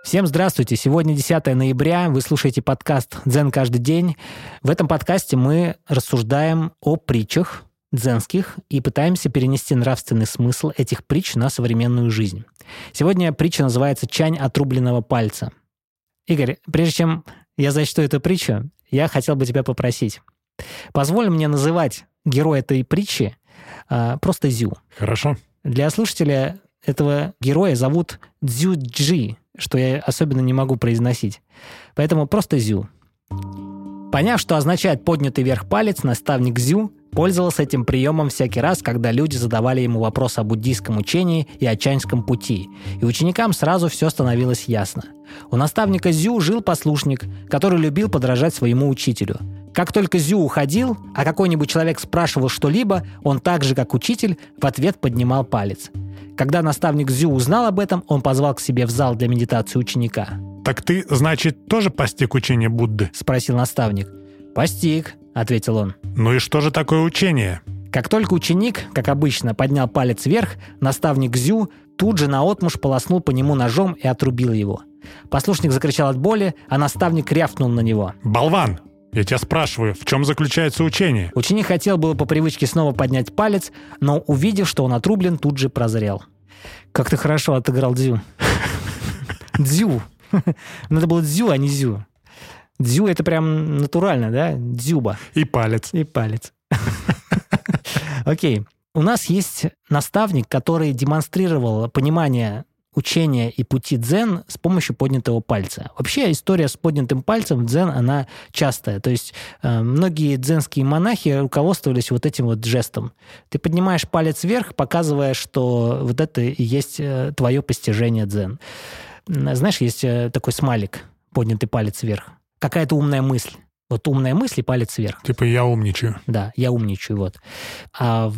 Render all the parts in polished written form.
Всем здравствуйте! Сегодня 10 ноября, вы слушаете подкаст «Дзен каждый день». В этом подкасте мы рассуждаем о притчах дзенских и пытаемся перенести нравственный смысл этих притч на современную жизнь. Сегодня притча называется «Чань отрубленного пальца». Игорь, прежде чем я зачту эту притчу, я хотел бы тебя попросить. Позволь мне называть героя этой притчи просто Дзю. Хорошо. Для слушателя этого героя зовут Дзю-Джи, что я особенно не могу произносить. Поэтому просто Дзю. Поняв, что означает поднятый вверх палец, наставник Дзю пользовался этим приемом всякий раз, когда люди задавали ему вопрос о буддийском учении и о чаньском пути, и ученикам сразу все становилось ясно. У наставника Дзю жил послушник, который любил подражать своему учителю. Как только Дзю уходил, а какой-нибудь человек спрашивал что-либо, он так же, как учитель, в ответ поднимал палец. Когда наставник Дзю узнал об этом, он позвал к себе в зал для медитации ученика. «Так ты, значит, тоже постиг учение Будды?» – спросил наставник. «Постиг», – ответил он. «Ну и что же такое учение?» Как только ученик, как обычно, поднял палец вверх, наставник Дзю тут же наотмашь полоснул по нему ножом и отрубил его. Послушник закричал от боли, а наставник рявкнул на него. «Болван! Я тебя спрашиваю, в чем заключается учение?» Ученик хотел было по привычке снова поднять палец, но, увидев, что он отрублен, тут же прозрел. «Как ты хорошо отыграл, Дзю!» «Дзю!» Надо было Дзю, а не Зю. Дзю — это прям натурально, да? Дзюба. И палец. И палец. Окей. У нас есть наставник, который демонстрировал понимание учения и пути дзен с помощью поднятого пальца. Вообще история с поднятым пальцем в дзен, она частая. То есть многие дзенские монахи руководствовались вот этим вот жестом. Ты поднимаешь палец вверх, показывая, что вот это и есть твое постижение дзен. Знаешь, есть такой смайлик, поднятый палец вверх. Какая-то умная мысль. Вот умная мысль и палец вверх. Типа я умничаю. Да, я умничаю, вот. А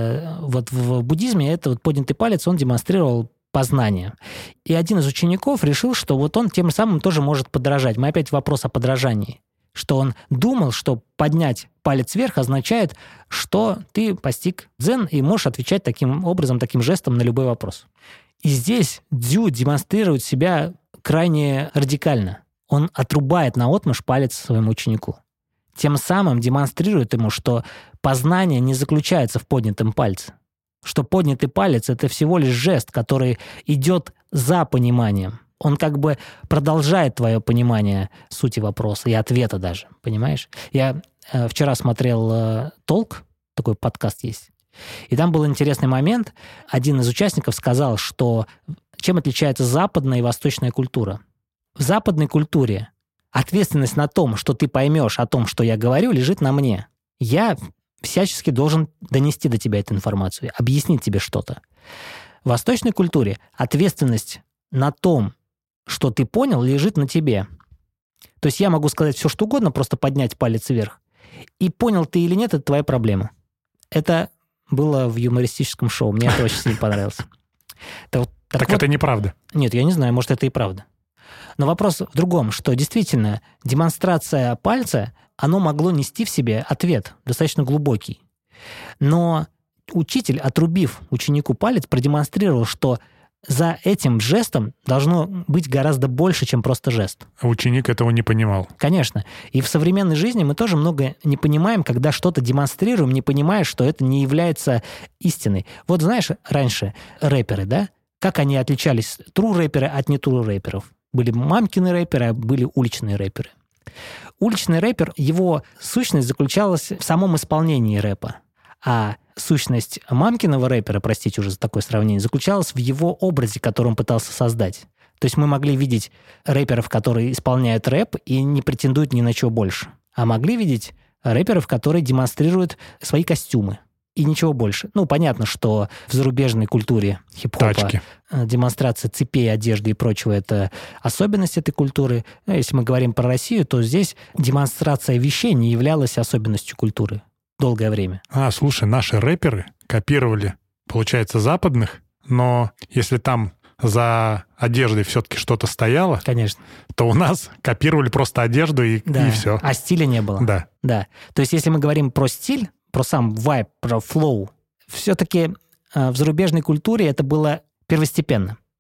в буддизме это вот поднятый палец, он демонстрировал познание. И один из учеников решил, что вот он тем самым тоже может подражать. Мы опять вопрос о подражании. Что он думал, что поднять палец вверх означает, что ты постиг дзен и можешь отвечать таким образом, таким жестом на любой вопрос. И здесь Дзю демонстрирует себя крайне радикально. Он отрубает наотмашь палец своему ученику. Тем самым демонстрирует ему, что познание не заключается в поднятом пальце. Что поднятый палец — это всего лишь жест, который идет за пониманием. Он как бы продолжает твое понимание сути вопроса и ответа даже, понимаешь? Я вчера смотрел «Толк», такой подкаст есть, и там был интересный момент. Один из участников сказал, что чем отличается западная и восточная культура. В западной культуре ответственность на том, что ты поймешь о том, что я говорю, лежит на мне. Я всячески должен донести до тебя эту информацию, объяснить тебе что-то. В восточной культуре ответственность на том, что ты понял, лежит на тебе. То есть я могу сказать все, что угодно, просто поднять палец вверх. И понял ты или нет, это твоя проблема. Это было в юмористическом шоу. Мне это очень сильно понравилось. Так вот, это неправда. Нет, я не знаю, может, это и правда. Но вопрос в другом, что действительно демонстрация пальца, оно могло нести в себе ответ, достаточно глубокий. Но учитель, отрубив ученику палец, продемонстрировал, что за этим жестом должно быть гораздо больше, чем просто жест. А ученик этого не понимал. Конечно. И в современной жизни мы тоже много не понимаем, когда что-то демонстрируем, не понимая, что это не является истиной. Вот знаешь, раньше рэперы, да? Как они отличались, true рэперы от не true рэперов? Были мамкины рэперы, а были уличные рэперы. Уличный рэпер, его сущность заключалась в самом исполнении рэпа. А сущность мамкиного рэпера, простите уже за такое сравнение, заключалась в его образе, который он пытался создать. То есть мы могли видеть рэперов, которые исполняют рэп и не претендуют ни на что больше. А могли видеть рэперов, которые демонстрируют свои костюмы. И ничего больше. Ну, понятно, что в зарубежной культуре хип-хопа демонстрация цепей, одежды и прочего – это особенность этой культуры. Но если мы говорим про Россию, то здесь демонстрация вещей не являлась особенностью культуры долгое время. Слушай, наши рэперы копировали, получается, западных, но если там за одеждой все-таки что-то стояло, конечно, то у нас копировали просто одежду и все. А стиля не было. Да. То есть если мы говорим про стиль, про сам вайб, про флоу, все-таки в зарубежной культуре это было первостепенно.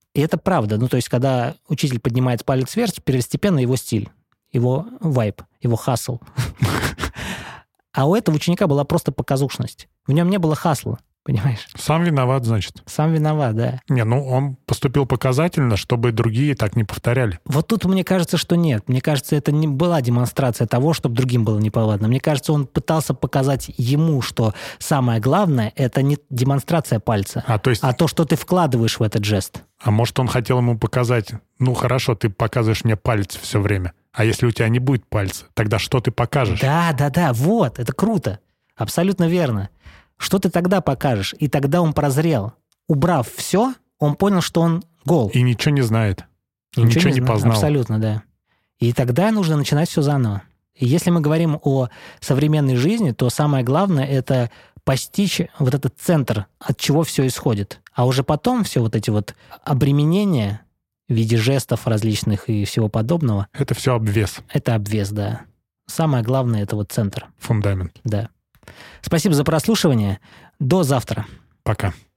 И это правда. Ну, то есть, когда учитель поднимает палец вверх, первостепенно его стиль, его вайб, его хасл. А у этого ученика была просто показушность. В нем не было хасла, понимаешь? Сам виноват, значит. Сам виноват, да. Не, ну он поступил показательно, чтобы другие так не повторяли. Вот тут мне кажется, что нет. Мне кажется, это не была демонстрация того, чтобы другим было неповадно. Мне кажется, он пытался показать ему, что самое главное — это не демонстрация пальца, а то, что ты вкладываешь в этот жест. А может, он хотел ему показать, ну хорошо, ты показываешь мне палец все время, а если у тебя не будет пальца, тогда что ты покажешь? Да, вот, это круто. Абсолютно верно. Что ты тогда покажешь? И тогда он прозрел. Убрав все, он понял, что он гол. И ничего не знает. Ничего не познал. Абсолютно, да. И тогда нужно начинать все заново. И если мы говорим о современной жизни, то самое главное — это постичь вот этот центр, от чего все исходит. А уже потом все вот эти вот обременения в виде жестов различных и всего подобного. Это все обвес. Это обвес, да. Самое главное — это вот центр. Фундамент. Да. Спасибо за прослушивание. До завтра. Пока.